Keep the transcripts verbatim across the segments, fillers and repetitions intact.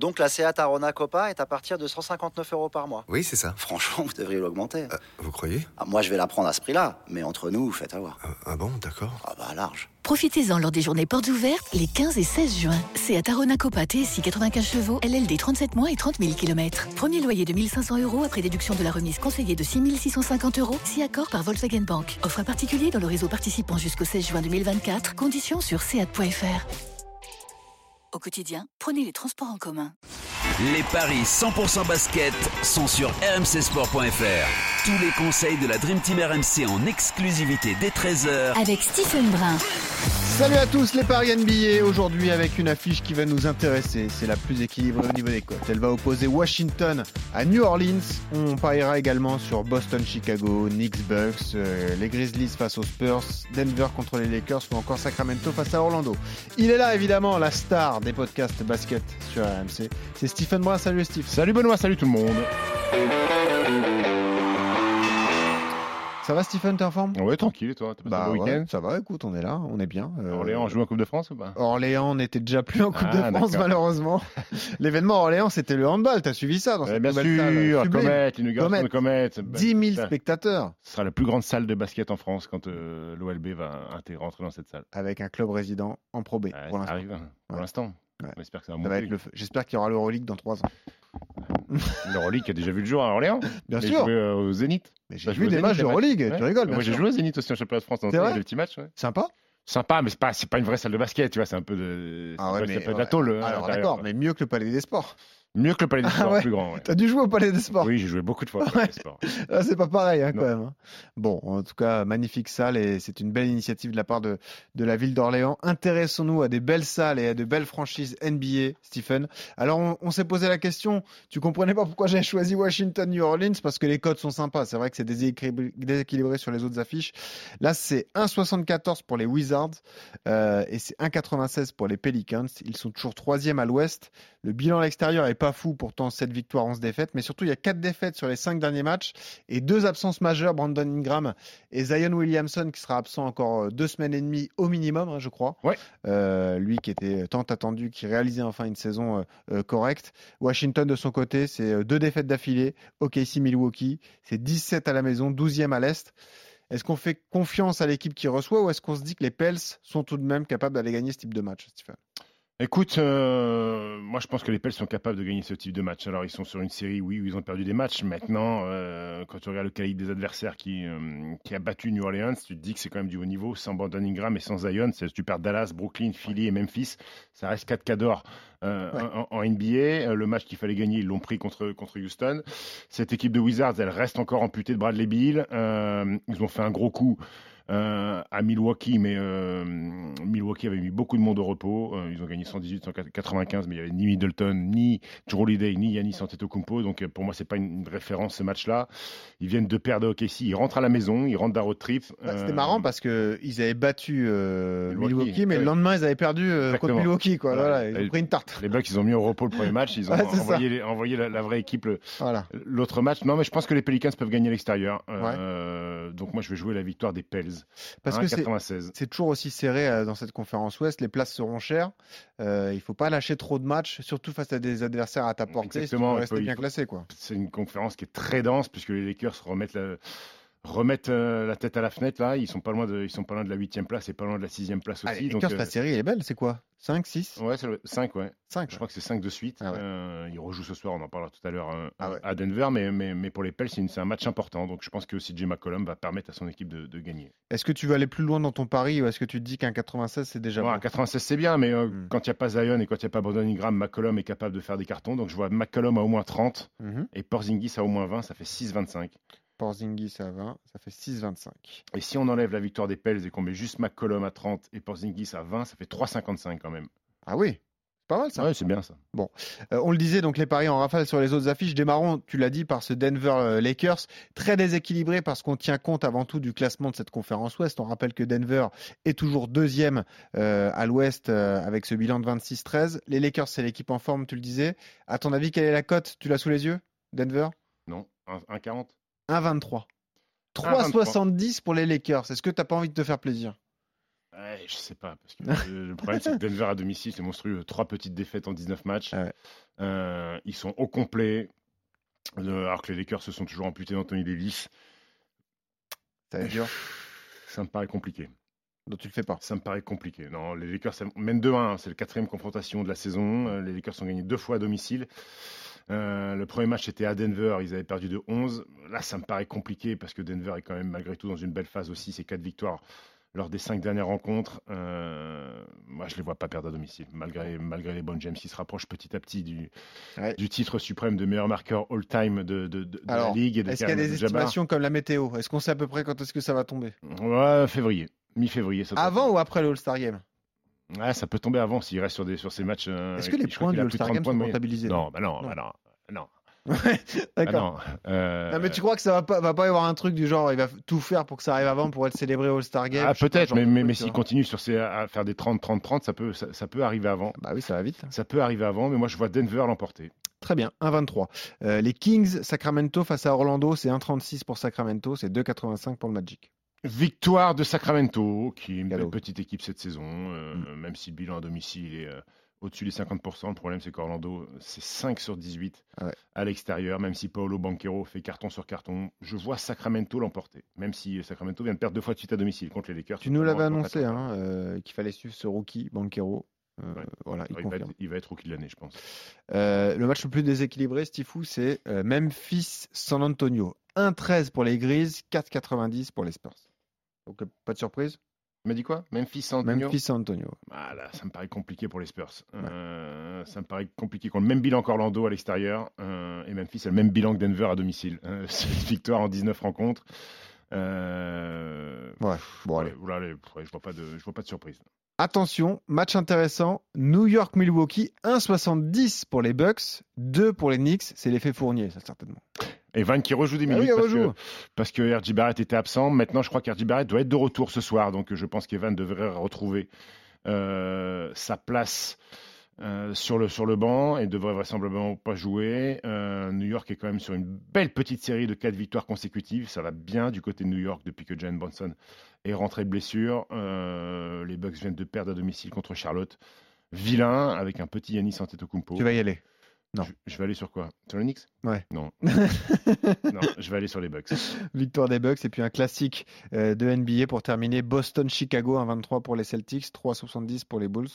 Donc la Seat Arona Copa est à partir de cent cinquante-neuf euros par mois. Oui, c'est ça. Franchement, vous devriez l'augmenter. Euh, vous croyez ? Ah, moi, je vais la prendre à ce prix-là, mais entre nous, faites avoir. Ah, ah bon, d'accord. Ah bah large. Profitez-en lors des journées portes ouvertes les quinze et seize juin. Seat Arona Copa T S I quatre-vingt-quinze chevaux, L L D trente-sept mois et trente mille kilomètres. Premier loyer de mille cinq cents euros après déduction de la remise conseillée de six mille six cent cinquante euros, si accord par Volkswagen Bank. Offre à particulier dans le réseau participant jusqu'au seize juin deux mille vingt-quatre. Conditions sur seat point f r. Au quotidien, prenez les transports en commun. Les paris cent pour cent basket sont sur r m c sport point f r. Tous les conseils de la Dream Team R M C en exclusivité dès treize heures avec Stephen Brun. Salut à tous, les paris N B A aujourd'hui avec une affiche qui va nous intéresser. C'est la plus équilibrée au niveau des cotes. Elle va opposer Washington à New Orleans. On pariera également sur Boston-Chicago, Knicks-Bucks, euh, les Grizzlies face aux Spurs, Denver contre les Lakers ou encore Sacramento face à Orlando. Il est là évidemment, la star des podcasts basket sur R M C. C'est Stephen Brun. Salut Steve. Salut Benoît, salut tout le monde. Ça va Stephen, t'es en forme ? Ouais, tranquille, et toi ? T'as passé Bah un bon ouais, week-end ? ça va, écoute, on est là, on est bien. Euh... Orléans joue en Coupe de France ou pas ? Orléans n'était déjà plus en Coupe ah, de France, d'accord. malheureusement. L'événement Orléans, c'était le handball, t'as suivi ça dans cette eh Bien nouvelle sûr, salle Comet, une Comet. dix mille spectateurs. Ce sera la plus grande salle de basket en France quand euh, l'O L B va intégrer, rentrer dans cette salle. Avec un club résident en Pro B, Ouais, pour l'instant. arrive, pour ouais. l'instant. Ouais. On espère que ça va Ça va monter. être le feu. J'espère qu'il y aura l'Euroleague dans trois ans. L'Euroleague a déjà vu le jour à Orléans. Bien j'ai sûr. joué euh, au Zénith. Mais j'ai T'as vu joué au des Zénith, matchs les d'Euroleague, matchs tu Ouais. rigoles, bien Moi, j'ai sûr. joué au Zénith aussi en championnat de France. C'est vrai des petits matchs. Ouais. Sympa. Sympa, mais c'est pas, c'est pas une vraie salle de basket, tu vois, c'est un peu de, Ah ouais, c'est mais, un peu de ouais. la tôle. Alors à l'intérieur, d'accord, quoi. mais mieux que le Palais des Sports. Mieux que le Palais des Sports, Ah ouais. plus grand. Ouais. T'as dû jouer au Palais des Sports. Oui, j'ai joué beaucoup de fois au Palais des Sports. Là, c'est pas pareil hein, Non. quand même. hein. Bon, en tout cas, magnifique salle et c'est une belle initiative de la part de, de la ville d'Orléans. Intéressons-nous à des belles salles et à de belles franchises N B A, Stephen. Alors, on, on s'est posé la question, tu comprenais pas pourquoi j'avais choisi Washington New Orleans parce que les codes sont sympas. C'est vrai que c'est déséquilibré, déséquilibré sur les autres affiches. Là, c'est un virgule soixante-quatorze pour les Wizards euh, et c'est un virgule quatre-vingt-seize pour les Pelicans. Ils sont toujours troisième à l'ouest. Le bilan à l'extérieur est pas fou, pourtant sept victoires, onze défaites, mais surtout il y a quatre défaites sur les cinq derniers matchs et deux absences majeures, Brandon Ingram et Zion Williamson qui sera absent encore deux semaines et demie au minimum, hein, je crois. Ouais. Euh, lui qui était tant attendu, qui réalisait enfin une saison euh, euh, correcte. Washington de son côté, c'est euh, deux défaites d'affilée. O K C Milwaukee, c'est dix-sept à la maison, douzième à l'est. Est-ce qu'on fait confiance à l'équipe qui reçoit ou est-ce qu'on se dit que les Pels sont tout de même capables d'aller gagner ce type de match, Stephen ? Écoute, euh, moi je pense que les Pels sont capables de gagner ce type de match. Alors ils sont sur une série, oui, où ils ont perdu des matchs. Maintenant, euh, quand tu regardes le calibre des adversaires qui, euh, qui a battu New Orleans, tu te dis que c'est quand même du haut niveau. Sans Brandon Ingram et sans Zion, c'est, tu perds Dallas, Brooklyn, Philly et Memphis, ça reste quatre cadors euh, ouais. en, en N B A. Le match qu'il fallait gagner, ils l'ont pris contre, contre Houston. Cette équipe de Wizards, elle reste encore amputée de Bradley Beal. Euh, ils ont fait un gros coup. Euh, à Milwaukee, mais euh, Milwaukee avait mis beaucoup de monde au repos. Euh, ils ont gagné cent dix-huit à cent quatre-vingt-quinze, mais il n'y avait ni Middleton, ni Jrue Holiday, ni Giannis Antetokounmpo. Donc pour moi, c'est pas une, une référence ce match-là. Ils viennent de perdre O K C. Ils rentrent à la maison, ils rentrent d'un road trip. Ouais, c'était euh, marrant parce que ils avaient battu euh, Milwaukee, Milwaukee, mais ouais. le lendemain, ils avaient perdu euh, contre Milwaukee. Quoi. Voilà, voilà, ils les, ont pris une tarte. Les Bucks, ils ont mis au repos le premier match. Ils ont ouais, envoyé, les, envoyé la, la vraie équipe le, voilà. l'autre match. Non, mais je pense que les Pelicans peuvent gagner à l'extérieur. Ouais. Euh, donc moi, je vais jouer la victoire des Pels. Parce hein, que C'est, c'est toujours aussi serré euh, dans cette conférence Ouest. Les places seront chères. Euh, il ne faut pas lâcher trop de matchs, surtout face à des adversaires à ta portée. Exactement. Si tu veux rester peut, bien faut... classé, quoi. C'est une conférence qui est très dense puisque les Lakers remettent la, remettent, euh, la tête à la fenêtre. Là. Ils sont pas loin de, ils sont pas loin de la huitième place et pas loin de la sixième place aussi. Ah, les donc, Lakers, euh... la série, elle est belle. C'est quoi cinq, six Ouais, c'est le... cinq, ouais. cinq, je ouais. crois que c'est cinq de suite. Ah ouais. euh, ils rejouent ce soir, on en parlera tout à l'heure euh, ah ouais. à Denver, mais, mais, mais pour les Pels, c'est, une, c'est un match important. Donc je pense que aussi J. McCollum va permettre à son équipe de, de gagner. Est-ce que tu veux aller plus loin dans ton pari ou est-ce que tu te dis qu'un quatre-vingt-seize, c'est déjà ouais, bon ? Un quatre-vingt-seize, c'est bien, mais euh, mm. quand il n'y a pas Zion et quand il n'y a pas Brandon Ingram, McCollum est capable de faire des cartons. Donc je vois McCollum à au moins trente mm-hmm. et Porzingis à au moins vingt, ça fait six vingt-cinq. Porzingis à vingt, ça fait six vingt-cinq. Et si on enlève la victoire des Pels et qu'on met juste McCollum à trente et Porzingis à vingt, ça fait trois cinquante-cinq quand même. Ah oui, c'est pas mal ça. Oui, c'est bien ça. Bon, euh, on le disait, donc les paris en rafale sur les autres affiches. Démarrons, tu l'as dit, par ce Denver euh, Lakers. Très déséquilibré parce qu'on tient compte avant tout du classement de cette conférence Ouest. On rappelle que Denver est toujours deuxième euh, à l'Ouest euh, avec ce bilan de vingt-six treize. Les Lakers, c'est l'équipe en forme, tu le disais. À ton avis, quelle est la cote ? Tu l'as sous les yeux, Denver ? Non, un quarante. un vingt-trois. trois soixante-dix pour les Lakers. Est-ce que tu n'as pas envie de te faire plaisir ? Ouais, je sais pas. Parce que le, le problème, c'est que Denver à domicile, c'est monstrueux. Trois petites défaites en dix-neuf matchs. Ah ouais. euh, ils sont au complet. Le, alors que les Lakers se sont toujours amputés d'Anthony Davis. Ça va être dur. Ça me paraît compliqué. Donc tu le fais pas. Ça me paraît compliqué. Non, les Lakers mènent deux un. Hein, c'est la quatrième confrontation de la saison. Les Lakers ont gagné deux fois à domicile. Euh, le premier match était à Denver. Ils avaient perdu de onze. Là, ça me paraît compliqué parce que Denver est quand même malgré tout dans une belle phase aussi. C'est quatre victoires lors des cinq dernières rencontres. Euh, moi, je les vois pas perdre à domicile. Malgré, malgré les bonnes James qui se rapprochent petit à petit du, ouais. du titre suprême de meilleur marqueur all-time de, de, de, Alors, de la Ligue. Et de est-ce qu'il y a des estimations comme la météo ? Est-ce qu'on sait à peu près quand est-ce que ça va tomber ? Ouais, février. Mi-février. Ça avant ou après le All-Star Game ? Ouais, ça peut tomber avant s'il reste sur, des, sur ces matchs. Euh, Est-ce que les points du All-Star Game sont comptabilisés ? Non, bah non, non. Bah non. non. Ouais, d'accord. Ah non, euh... non, mais tu crois que ça va pas, va pas y avoir un truc du genre, il va tout faire pour que ça arrive avant pour être célébré au All-Star Game ? Ah, peut-être, pas, mais, mais, mais s'il continue sur ces, à faire des trente trente trente, ça peut, ça, ça peut arriver avant. Bah oui, ça va vite. Ça peut arriver avant, mais moi je vois Denver l'emporter. Très bien, un vingt-trois. Euh, les Kings, Sacramento face à Orlando, c'est un trente-six pour Sacramento, c'est deux quatre-vingt-cinq pour le Magic. Victoire de Sacramento, qui est une belle petite équipe cette saison, euh, mm. même si le bilan à domicile est euh, au-dessus des cinquante pour cent. Le problème, c'est qu'Orlando, c'est cinq sur dix-huit ah ouais. à l'extérieur, même si Paolo Banchero fait carton sur carton. Je vois Sacramento l'emporter, même si Sacramento vient de perdre deux fois de suite à domicile contre les Lakers. Tu nous l'avais annoncé, hein, euh, qu'il fallait suivre ce rookie, Banchero. Euh, ouais. Voilà, il, il, va être, il va être rookie de l'année, je pense. Euh, le match le plus déséquilibré, Stifou, c'est euh, Memphis-San Antonio. un treize pour les Grizzlies, quatre quatre-vingt-dix pour les Spurs. Donc, pas de surprise. Tu m'as dit quoi ? Memphis-San Antonio ? Memphis-San Antonio. Ah là, ça me paraît compliqué pour les Spurs. Ouais. Euh, ça me paraît compliqué. Qu'on a le même bilan qu'Orlando à l'extérieur. Euh, et Memphis a le même bilan que Denver à domicile. Euh, c'est une victoire en dix-neuf rencontres. Euh, ouais, bon, allez. Ouais, allez ouais, je vois pas de, je vois pas de surprise. Attention, match intéressant. New York-Milwaukee, un soixante-dix pour les Bucks, deux pour les Knicks. C'est l'effet Fournier, ça, certainement. Evan qui rejoue des minutes ah oui, parce, rejoue. Que, parce que R J Barrett était absent. Maintenant, je crois qu'R J Barrett doit être de retour ce soir. Donc, je pense qu'Evan devrait retrouver euh, sa place euh, sur, le, sur le banc et devrait vraisemblablement pas jouer. Euh, New York est quand même sur une belle petite série de quatre victoires consécutives. Ça va bien du côté de New York depuis que Jalen Brunson est rentré de blessure. Euh, les Bucks viennent de perdre à domicile contre Charlotte. Vilain avec un petit Giannis Antetokounmpo. Tu vas y aller. Non. Je, je vais aller sur quoi ? Sur le Knicks ? Ouais. Non. non, je vais aller sur les Bucks. Victoire des Bucks et puis un classique euh, de N B A pour terminer. Boston-Chicago, un vingt-trois pour les Celtics, trois soixante-dix pour les Bulls.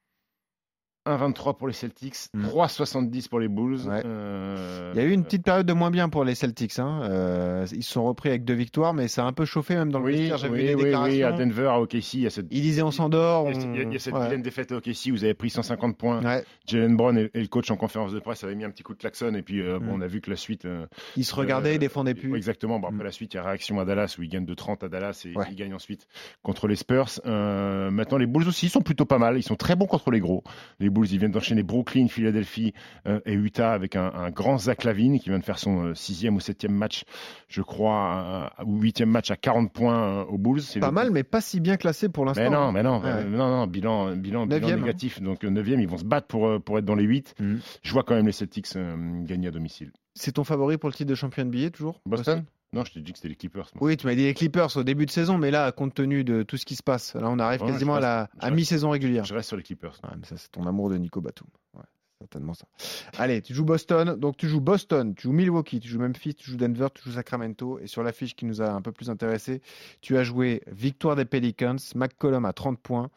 un vingt-trois pour les Celtics, mmh. trois soixante-dix pour les Bulls. Ouais. Euh... Il y a eu une petite période de moins bien pour les Celtics. Hein. Euh, ils se sont repris avec deux victoires, mais ça a un peu chauffé même dans le oui, vestiaire. J'ai oui, vu les oui, déclarations. Oui, à Denver, à O K C, il y a cette... Ils disaient on s'endort. On... Il y a, il y a cette ouais. vilaine défaite à O K C où vous avez pris cent cinquante points. Ouais. Jalen Brown et, et le coach en conférence de presse avaient mis un petit coup de klaxon et puis euh, mmh. bon, on a vu que la suite... Euh, ils se regardaient, euh, ils défendaient plus. Exactement. Bon, après mmh. la suite, il y a réaction à Dallas où ils gagnent de trente à Dallas et ouais. ils gagnent ensuite contre les Spurs. Euh, maintenant, les Bulls aussi sont plutôt pas mal. Ils sont très bons contre les gros. Les Bulls, ils viennent d'enchaîner Brooklyn, Philadelphie euh, et Utah avec un, un grand Zach LaVine qui vient de faire son euh, sixième ou septième match, je crois, euh, ou huitième match à quarante points euh, aux Bulls. C'est pas le... mal, mais pas si bien classé pour l'instant. Mais non, mais non, ouais. euh, non, non, bilan, bilan, bilan négatif. Hein. Donc neuvième, ils vont se battre pour, pour être dans les huit. Mmh. Je vois quand même les Celtics euh, gagner à domicile. C'est ton favori pour le titre de champion N B A toujours ? Boston ? Non, je t'ai dit que c'était les Clippers. Moi. Oui, tu m'as dit les Clippers au début de saison, mais là, compte tenu de tout ce qui se passe, là, on arrive ouais, quasiment reste, à la à mi-saison régulière. Je reste sur les Clippers. Ouais, mais ça, c'est ton amour de Nico Batum. Ouais, certainement ça. Allez, tu joues Boston, donc tu joues Boston, tu joues Milwaukee, tu joues Memphis, tu joues Denver, tu joues Sacramento, et sur l'affiche qui nous a un peu plus intéressé, tu as joué victoire des Pelicans, McCollum à trente points,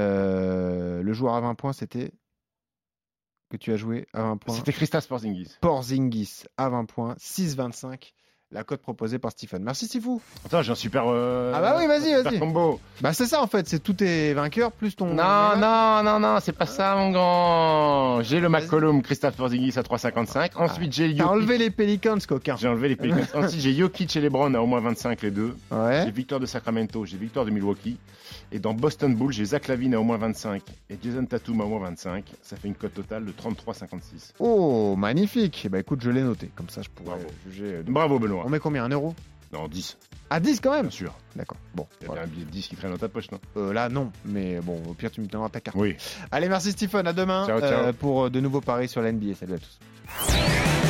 euh, le joueur à vingt points, c'était que tu as joué à vingt points. C'était Kristaps Porzingis. Porzingis à vingt points, six vingt-cinq. La cote proposée par Stephen. Merci Stifou. Attends, j'ai un super. Euh, ah bah oui, vas-y, super vas-y. Combo. Bah c'est ça en fait, c'est tous tes vainqueurs plus ton. Non, non, non, non, c'est pas ça mon grand. J'ai le McCollum, Kristaps Porzingis à trois cinquante-cinq. Ensuite ah, j'ai Jokic. T'as enlevé les Pelicans, coquin. J'ai enlevé les Pelicans. Ensuite j'ai Jokic et LeBron à au moins vingt-cinq les deux. Ouais. J'ai victoire de Sacramento, j'ai victoire de Milwaukee. Et dans Boston Bulls, j'ai Zach LaVine à au moins vingt-cinq et Jason Tatum à au moins vingt-cinq. Ça fait une cote totale de trente-trois cinquante-six. Oh, magnifique. Bah écoute, je l'ai noté. Comme ça, je pourrais Bravo. juger. Euh, Bravo Benoît. On met combien, un euro ? Non, dix. À dix quand même ? Bien sûr. D'accord. Bon. Il y a voilà. un billet de dix qui traîne dans ta poche, non ? euh, Là, non. Mais bon, au pire, tu me donneras ta carte. Oui. Allez, merci Stephen. À demain ciao, ciao. Euh, pour de nouveaux paris sur la N B A. Salut à tous.